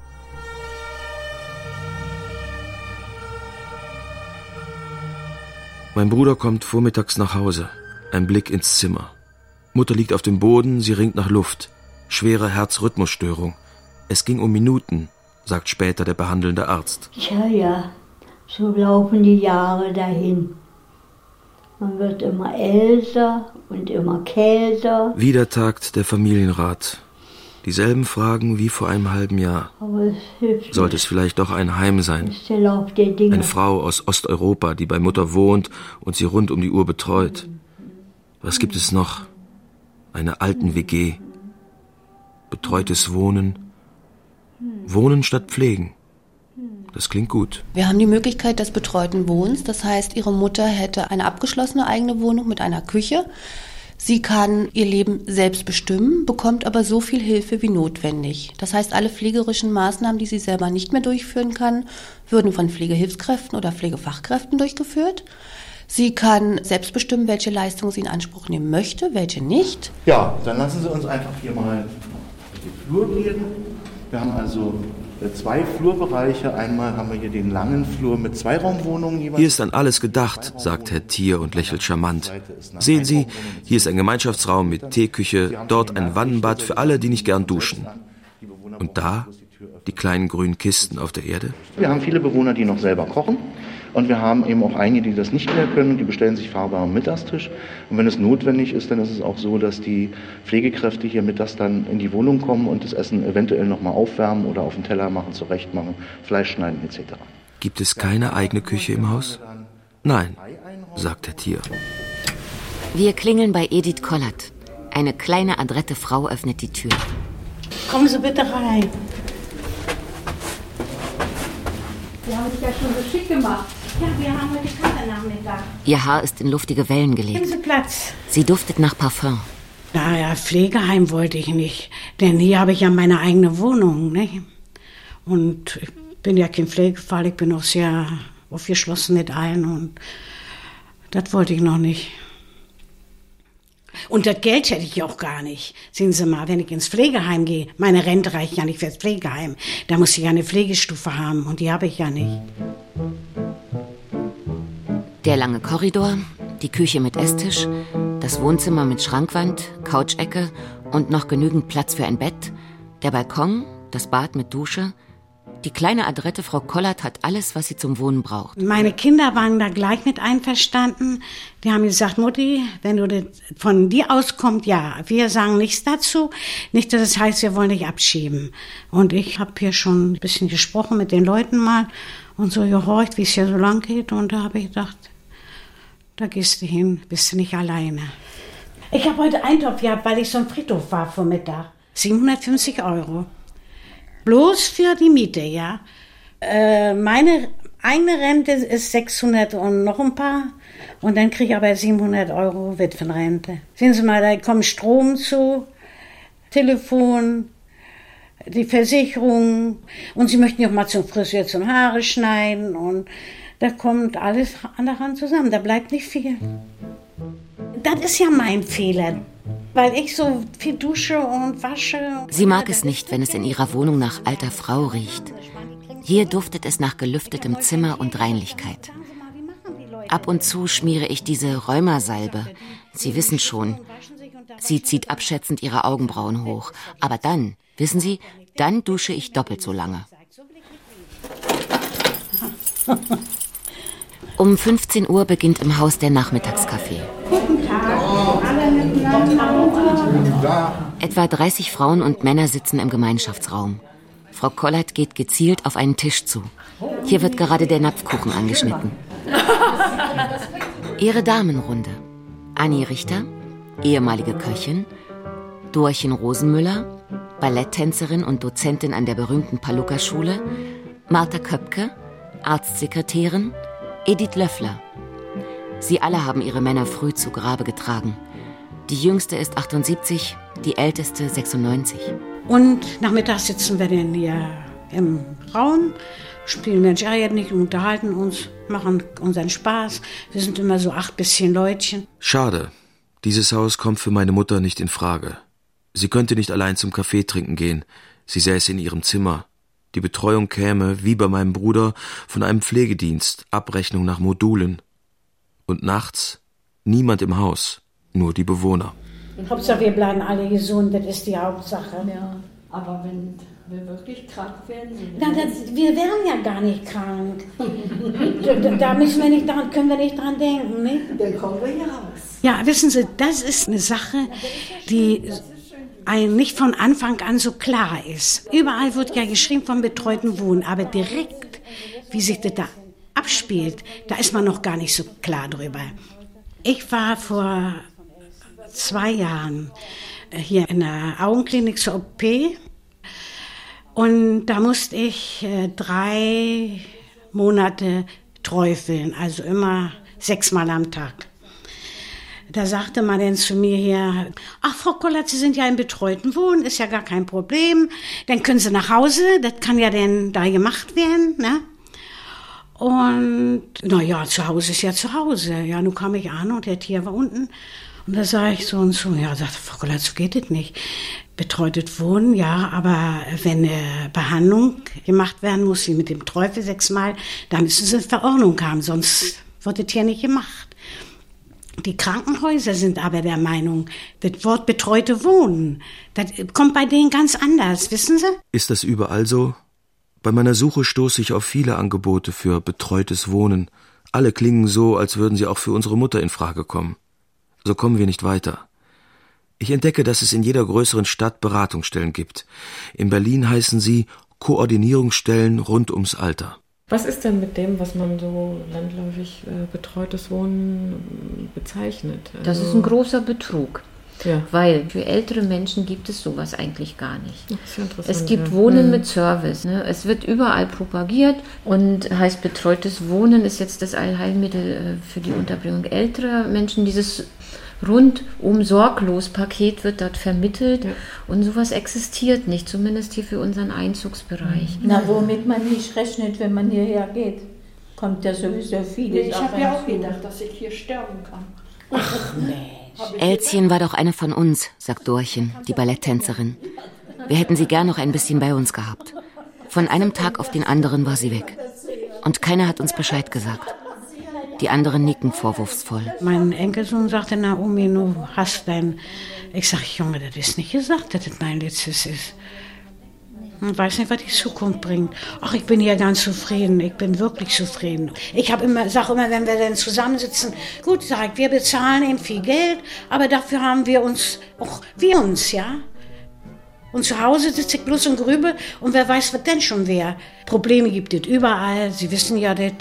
Mein Bruder kommt vormittags nach Hause. Ein Blick ins Zimmer. Mutter liegt auf dem Boden, sie ringt nach Luft. Schwere Herzrhythmusstörung. Es ging um Minuten, sagt später der behandelnde Arzt. Ja, so laufen die Jahre dahin. Man wird immer älter und immer kälter. Wieder tagt der Familienrat. Dieselben Fragen wie vor einem halben Jahr. Aber es hilft Sollte es vielleicht doch ein Heim sein? nicht. Der Lauf der Dinge. Eine Frau aus Osteuropa, die bei Mutter wohnt und sie rund um die Uhr betreut. Was gibt es noch? Eine Alten-WG. Betreutes Wohnen. Wohnen statt Pflegen. Das klingt gut. Wir haben die Möglichkeit des betreuten Wohnens. Das heißt, ihre Mutter hätte eine abgeschlossene eigene Wohnung mit einer Küche. Sie kann ihr Leben selbst bestimmen, bekommt aber so viel Hilfe wie notwendig. Das heißt, alle pflegerischen Maßnahmen, die sie selber nicht mehr durchführen kann, würden von Pflegehilfskräften oder Pflegefachkräften durchgeführt. Sie kann selbst bestimmen, welche Leistungen sie in Anspruch nehmen möchte, welche nicht. Ja, dann lassen Sie uns einfach hier mal den Flur gehen. Wir haben also 2 Flurbereiche. Einmal haben wir hier den langen Flur mit 2 Raumwohnungen jeweils. Hier ist an alles gedacht, sagt Herr Thier und lächelt charmant. Sehen Sie, hier ist ein Gemeinschaftsraum mit Teeküche, dort ein Wannenbad für alle, die nicht gern duschen. Und da die kleinen grünen Kisten auf der Erde? Wir haben viele Bewohner, die noch selber kochen. Und wir haben eben auch einige, die das nicht mehr können. Die bestellen sich fahrbaren Mittagstisch. Und wenn es notwendig ist, dann ist es auch so, dass die Pflegekräfte hier mittags dann in die Wohnung kommen und das Essen eventuell nochmal aufwärmen oder auf den Teller machen, zurecht machen, Fleisch schneiden etc. Gibt es keine eigene Küche im Haus? Nein, sagt Herr Thier. Wir klingeln bei Edith Kollert. Eine kleine, adrette Frau öffnet die Tür. Kommen Sie bitte rein. Wir haben dich ja schon so schick gemacht. Ja, wir haben heute Kaffeenachmittag. Ihr Haar ist in luftige Wellen gelegt. Nehmen Sie Platz. Sie duftet nach Parfum. Naja, Pflegeheim wollte ich nicht, denn hier habe ich ja meine eigene Wohnung, ne? Und ich bin ja kein Pflegefall, ich bin auch sehr aufgeschlossen mit allen und das wollte ich noch nicht. Und das Geld hätte ich auch gar nicht. Sehen Sie mal, wenn ich ins Pflegeheim gehe, meine Rente reicht ja nicht fürs Pflegeheim. Da muss ich ja eine Pflegestufe haben und die habe ich ja nicht. Der lange Korridor, die Küche mit Esstisch, das Wohnzimmer mit Schrankwand, Couchecke und noch genügend Platz für ein Bett, der Balkon, das Bad mit Dusche. Die kleine adrette Frau Kollert hat alles, was sie zum Wohnen braucht. Meine Kinder waren da gleich mit einverstanden. Die haben gesagt, Mutti, wenn du von dir auskommt, ja. Wir sagen nichts dazu. Nicht, dass es heißt, wir wollen dich abschieben. Und ich habe hier schon ein bisschen gesprochen mit den Leuten mal und so gehorcht, wie es hier so lang geht. Und da habe ich gedacht, da gehst du hin, bist du nicht alleine. Ich habe heute Eintopf gehabt, weil ich so im Friedhof war vor Mittag. 750 €. Bloß für die Miete, ja. Meine eigene Rente ist 600 und noch ein paar. Und dann kriege ich aber 700 € Witwenrente. Sehen Sie mal, da kommt Strom zu, Telefon, die Versicherung. Und Sie möchten ja auch mal zum Friseur zum Haare schneiden. Und da kommt alles an der Hand zusammen. Da bleibt nicht viel. Das ist ja mein Fehler. Weil ich so viel dusche und wasche. Sie mag es nicht, wenn es in ihrer Wohnung nach alter Frau riecht. Hier duftet es nach gelüftetem Zimmer und Reinlichkeit. Ab und zu schmiere ich diese Rheumasalbe. Sie wissen schon. Sie zieht abschätzend ihre Augenbrauen hoch. Aber dann, wissen Sie, dann dusche ich doppelt so lange. Um 15 Uhr beginnt im Haus der Nachmittagskaffee. Guten Tag, alle miteinander. Etwa 30 Frauen und Männer sitzen im Gemeinschaftsraum. Frau Kollert geht gezielt auf einen Tisch zu. Hier wird gerade der Napfkuchen angeschnitten. Ihre Damenrunde. Annie Richter, ehemalige Köchin, Dorchen Rosenmüller, Balletttänzerin und Dozentin an der berühmten Pallucka-Schule, Martha Köpke, Arztsekretärin, Edith Löffler. Sie alle haben ihre Männer früh zu Grabe getragen. Die jüngste ist 78, die älteste 96. Und nachmittags sitzen wir dann hier im Raum, spielen wir nicht, unterhalten uns, machen unseren Spaß. Wir sind immer so 8 bis 10 Leutchen. Schade, dieses Haus kommt für meine Mutter nicht in Frage. Sie könnte nicht allein zum Kaffee trinken gehen. Sie säße in ihrem Zimmer. Die Betreuung käme, wie bei meinem Bruder, von einem Pflegedienst, Abrechnung nach Modulen. Und nachts niemand im Haus, nur die Bewohner. Hauptsache, wir bleiben alle gesund, das ist die Hauptsache. Ja, aber wenn wir wirklich krank werden... wir wären ja gar nicht krank. Da müssen wir nicht dran, können wir nicht dran denken. Ne? Dann kommen wir hier raus. Ja, wissen Sie, das ist eine Sache, die einem nicht von Anfang an so klar ist. Überall wird ja geschrieben von betreuten Wohnen, aber direkt, wie sich das da abspielt, da ist man noch gar nicht so klar drüber. Ich war vor 2 Jahren hier in der Augenklinik zur OP und da musste ich 3 Monate träufeln, also immer 6-mal am Tag. Da sagte man dann zu mir hier, ach Frau Kollert, Sie sind ja im betreuten Wohnen, ist ja gar kein Problem, dann können Sie nach Hause, das kann ja dann da gemacht werden, ne? Und naja, zu Hause ist ja zu Hause. Ja, nun kam ich an und der Tier war unten. Und da sah ich so und so. Ja, sagte Frau Kollert, so geht das nicht. Betreutes Wohnen, ja, aber wenn eine Behandlung gemacht werden muss, wie mit dem Teufel 6-mal, dann müssen Sie eine Verordnung haben, sonst wird das hier nicht gemacht. Die Krankenhäuser sind aber der Meinung, das Wort betreute Wohnen, das kommt bei denen ganz anders, wissen Sie? Ist das überall so? Bei meiner Suche stoße ich auf viele Angebote für betreutes Wohnen. Alle klingen so, als würden sie auch für unsere Mutter in Frage kommen. So kommen wir nicht weiter. Ich entdecke, dass es in jeder größeren Stadt Beratungsstellen gibt. In Berlin heißen sie Koordinierungsstellen rund ums Alter. Was ist denn mit dem, was man so landläufig betreutes Wohnen bezeichnet? Das ist ein großer Betrug. Ja. Weil für ältere Menschen gibt es sowas eigentlich gar nicht. Das ist ja interessant, es gibt Wohnen mit Service. Ne? Es wird überall propagiert und heißt betreutes Wohnen ist jetzt das Allheilmittel für die Unterbringung älterer Menschen. Dieses rundum sorglos Paket wird dort vermittelt und sowas existiert nicht, zumindest hier für unseren Einzugsbereich. Na, womit man nicht rechnet, wenn man hierher geht, kommt ja sowieso vieles. Ich habe ja auch gedacht, dass ich hier sterben kann. Ach nee. Elschen war doch eine von uns, sagt Dorchen, die Balletttänzerin. Wir hätten sie gern noch ein bisschen bei uns gehabt. Von einem Tag auf den anderen war sie weg. Und keiner hat uns Bescheid gesagt. Die anderen nicken vorwurfsvoll. Mein Enkelsohn sagte, Naomi, du hast dein... Ich sage, Junge, das ist nicht gesagt, dass das mein letztes ist. Ich weiß nicht, was die Zukunft bringt. Ach, ich bin hier ganz zufrieden. Ich bin wirklich zufrieden. Ich sage immer, wenn wir dann zusammensitzen, gut, sag ich, wir bezahlen eben viel Geld, aber dafür haben wir uns, auch wir uns, ja. Und zu Hause sitze ich bloß und grübel und wer weiß, was denn schon wäre. Probleme gibt es überall. Sie wissen ja das.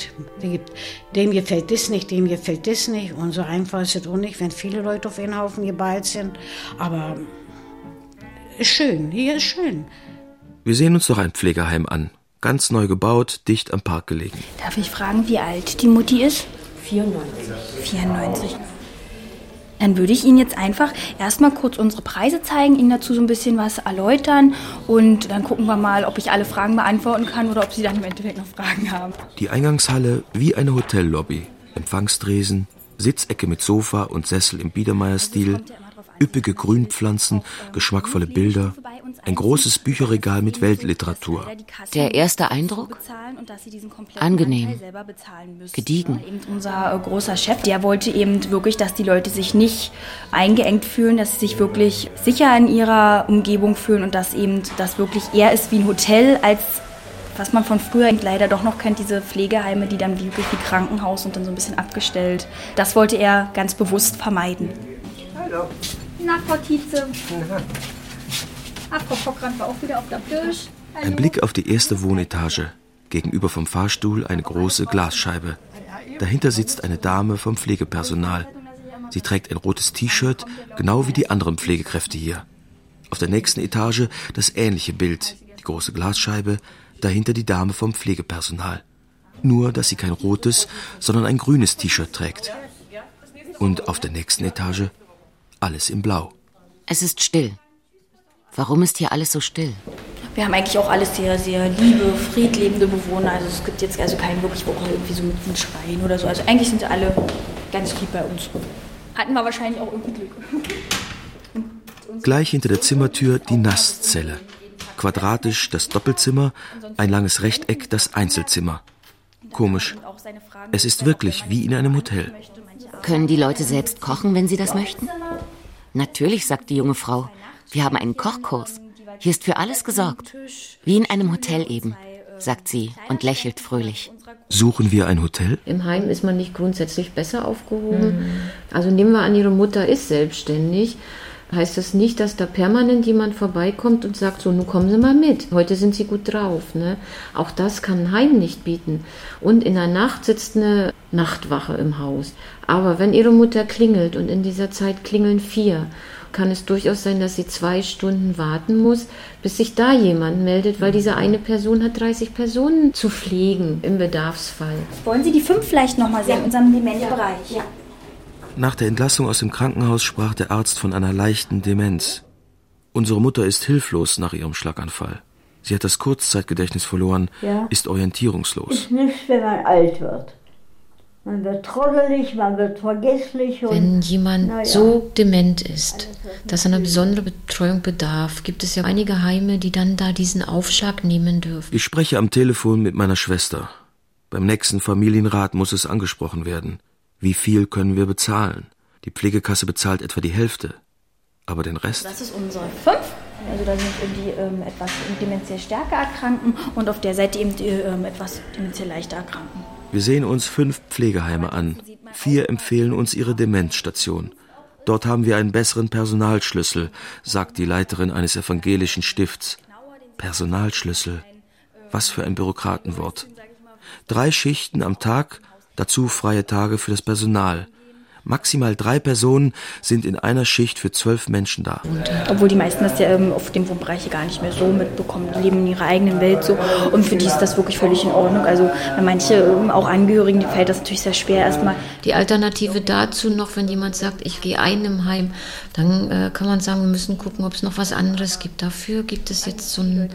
Dem gefällt das nicht, dem gefällt das nicht. Und so einfach ist es auch nicht, wenn viele Leute auf einen Haufen geballt sind. Aber ist schön, hier ist schön. Wir sehen uns noch ein Pflegeheim an. Ganz neu gebaut, dicht am Park gelegen. Darf ich fragen, wie alt die Mutti ist? 94. 94. Dann würde ich Ihnen jetzt einfach erstmal kurz unsere Preise zeigen, Ihnen dazu so ein bisschen was erläutern und dann gucken wir mal, ob ich alle Fragen beantworten kann oder ob Sie dann im Endeffekt noch Fragen haben. Die Eingangshalle wie eine Hotellobby. Empfangstresen, Sitzecke mit Sofa und Sessel im Biedermeier-Stil, üppige Grünpflanzen, geschmackvolle Bilder, ein großes Bücherregal mit Weltliteratur. Der erste Eindruck? Angenehm, gediegen. Unser großer Chef, der wollte eben wirklich, dass die Leute sich nicht eingeengt fühlen, dass sie sich wirklich sicher in ihrer Umgebung fühlen und dass eben das wirklich eher ist wie ein Hotel, als was man von früher leider doch noch kennt, diese Pflegeheime, die dann wirklich wie Krankenhaus und dann so ein bisschen abgestellt. Das wollte er ganz bewusst vermeiden. Hallo. Na, Frau Tietze. Frau Pockrand war auch wieder auf der Plösch. Ein Blick auf die erste Wohnetage. Gegenüber vom Fahrstuhl eine große Glasscheibe. Dahinter sitzt eine Dame vom Pflegepersonal. Sie trägt ein rotes T-Shirt, genau wie die anderen Pflegekräfte hier. Auf der nächsten Etage das ähnliche Bild, die große Glasscheibe, dahinter die Dame vom Pflegepersonal. Nur, dass sie kein rotes, sondern ein grünes T-Shirt trägt. Und auf der nächsten Etage alles in Blau. Es ist still. Warum ist hier alles so still? Wir haben eigentlich auch alles sehr, sehr liebe, friedlebende Bewohner. Also es gibt jetzt also keinen wirklich, wo irgendwie so mit einem Schreien oder so. Also eigentlich sind sie alle ganz lieb bei uns. Hatten wir wahrscheinlich auch irgendwie Glück. Gleich hinter der Zimmertür die Nasszelle. Quadratisch das Doppelzimmer, ein langes Rechteck das Einzelzimmer. Komisch. Es ist wirklich wie in einem Hotel. Können die Leute selbst kochen, wenn sie das möchten? Natürlich, sagt die junge Frau. Wir haben einen Kochkurs. Hier ist für alles gesorgt. Wie in einem Hotel eben, sagt sie und lächelt fröhlich. Suchen wir ein Hotel? Im Heim ist man nicht grundsätzlich besser aufgehoben. Also nehmen wir an, Ihre Mutter ist selbstständig. Heißt das nicht, dass da permanent jemand vorbeikommt und sagt, so, nun kommen Sie mal mit. Heute sind Sie gut drauf. Ne? Auch das kann ein Heim nicht bieten. Und in der Nacht sitzt eine Nachtwache im Haus. Aber wenn Ihre Mutter klingelt und in dieser Zeit klingeln 4, kann es durchaus sein, dass sie 2 Stunden warten muss, bis sich da jemand meldet, weil diese eine Person hat 30 Personen zu pflegen im Bedarfsfall. Wollen Sie die 5 vielleicht nochmal sehen in unserem Demenzbereich? Ja. Nach der Entlassung aus dem Krankenhaus sprach der Arzt von einer leichten Demenz. Unsere Mutter ist hilflos nach ihrem Schlaganfall. Sie hat das Kurzzeitgedächtnis verloren, ist orientierungslos. Ist nicht, wenn man alt wird. Man wird trottelig, man wird vergesslich. Wenn jemand so dement ist, dass er eine besondere Betreuung bedarf, gibt es ja einige Heime, die dann da diesen Aufschlag nehmen dürfen. Ich spreche am Telefon mit meiner Schwester. Beim nächsten Familienrat muss es angesprochen werden. Wie viel können wir bezahlen? Die Pflegekasse bezahlt etwa die Hälfte. Aber den Rest? Das ist unsere 5. Also da sind die etwas dementiell stärker Erkrankten und auf der Seite eben die etwas dementiell leichter Erkrankten. Wir sehen uns 5 Pflegeheime an. 4 empfehlen uns ihre Demenzstation. Dort haben wir einen besseren Personalschlüssel, sagt die Leiterin eines evangelischen Stifts. Personalschlüssel. Was für ein Bürokratenwort. 3 Schichten am Tag, dazu freie Tage für das Personal. Maximal 3 Personen sind in einer Schicht für 12 Menschen da. Obwohl die meisten das ja auf dem Wohnbereich gar nicht mehr so mitbekommen. Die leben in ihrer eigenen Welt so. Und für die ist das wirklich völlig in Ordnung. Also bei manche, auch Angehörigen, die fällt das natürlich sehr schwer erstmal. Die Alternative dazu noch, wenn jemand sagt, ich gehe ein im Heim, dann kann man sagen, wir müssen gucken, ob es noch was anderes gibt. Dafür gibt es jetzt so einen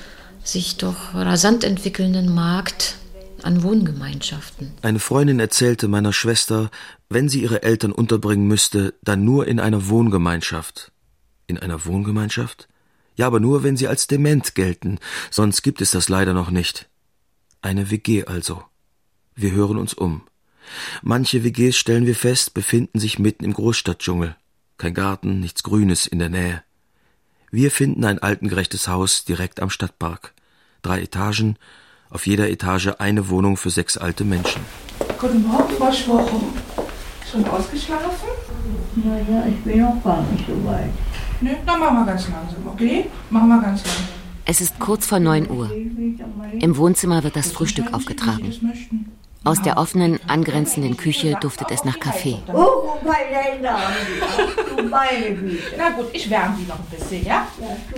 sich doch rasant entwickelnden Markt an Wohngemeinschaften. Eine Freundin erzählte meiner Schwester, wenn sie ihre Eltern unterbringen müsste, dann nur in einer Wohngemeinschaft. In einer Wohngemeinschaft? Ja, aber nur, wenn sie als dement gelten, sonst gibt es das leider noch nicht. Eine WG also. Wir hören uns um. Manche WGs, stellen wir fest, befinden sich mitten im Großstadtdschungel. Kein Garten, nichts Grünes in der Nähe. Wir finden ein altengerechtes Haus direkt am Stadtpark. 3 Etagen, auf jeder Etage eine Wohnung für 6 alte Menschen. Guten Morgen, Frau Schwochen. Schon ausgeschlafen? Naja, ich bin noch gar nicht so weit. Nö, dann machen wir ganz langsam, okay? Machen wir ganz langsam. Es ist kurz vor 9 Uhr. Im Wohnzimmer wird das Frühstück aufgetragen. Aus der offenen, angrenzenden Küche duftet es nach Kaffee. Oh, meine Hände haben Sie. Meine Güte. Na gut, ich wärme die noch ein bisschen, ja?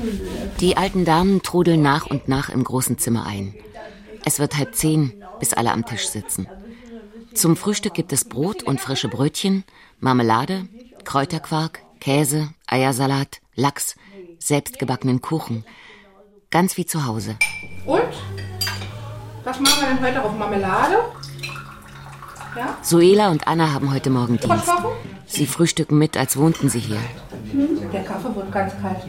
Die alten Damen trudeln nach und nach im großen Zimmer ein. Es wird 9:30, bis alle am Tisch sitzen. Zum Frühstück gibt es Brot und frische Brötchen, Marmelade, Kräuterquark, Käse, Eiersalat, Lachs, selbstgebackenen Kuchen. Ganz wie zu Hause. Und? Was machen wir denn heute auf Marmelade? Ja? Suela und Anna haben heute Morgen Dienst. Sie frühstücken mit, als wohnten sie hier. Der Kaffee wird ganz kalt.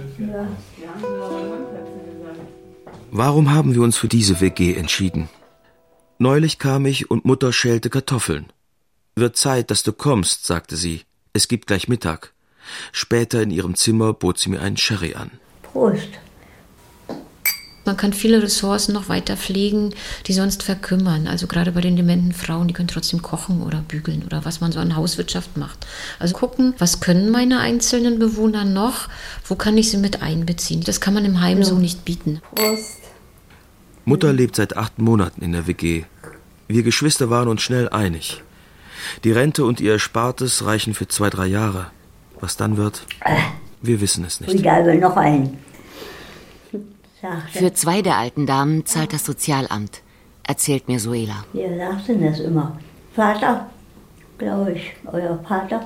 Warum haben wir uns für diese WG entschieden? Neulich kam ich und Mutter schälte Kartoffeln. Wird Zeit, dass du kommst, sagte sie. Es gibt gleich Mittag. Später in ihrem Zimmer bot sie mir einen Sherry an. Prost. Man kann viele Ressourcen noch weiter pflegen, die sonst verkümmern. Also gerade bei den dementen Frauen, die können trotzdem kochen oder bügeln oder was man so an Hauswirtschaft macht. Also gucken, was können meine einzelnen Bewohner noch? Wo kann ich sie mit einbeziehen? Das kann man im Heim so nicht bieten. Prost. Mutter lebt seit 8 Monaten in der WG. Wir Geschwister waren uns schnell einig. Die Rente und ihr Erspartes reichen für 2-3 Jahre. Was dann wird, wir wissen es nicht. Egal, noch ein. Für 2 der alten Damen zahlt das Sozialamt, erzählt mir Suela. Wer sagt denn das immer? Vater, glaube ich, euer Vater.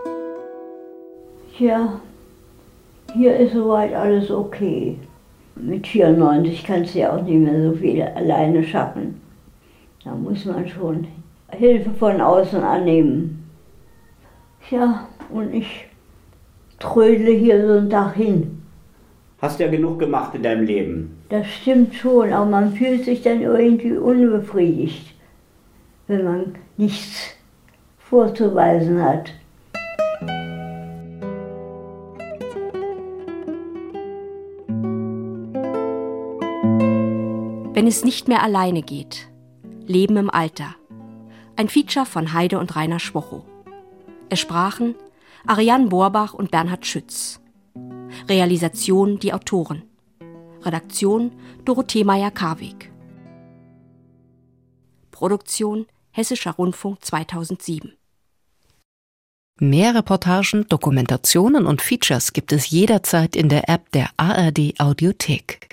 Tja, hier ist soweit alles okay. Mit 94 kannst du ja auch nicht mehr so viel alleine schaffen. Da muss man schon Hilfe von außen annehmen. Tja, und ich trödle hier so einen Tag hin. Hast ja genug gemacht in deinem Leben. Das stimmt schon, aber man fühlt sich dann irgendwie unbefriedigt, wenn man nichts vorzuweisen hat. Wenn es nicht mehr alleine geht. Leben im Alter. Ein Feature von Heide und Rainer Schwocho. Es sprachen Ariane Borbach und Bernhard Schütz. Realisation die Autoren. Redaktion Dorothee Meyer-Karweg. Produktion Hessischer Rundfunk 2007. Mehr Reportagen, Dokumentationen und Features gibt es jederzeit in der App der ARD Audiothek.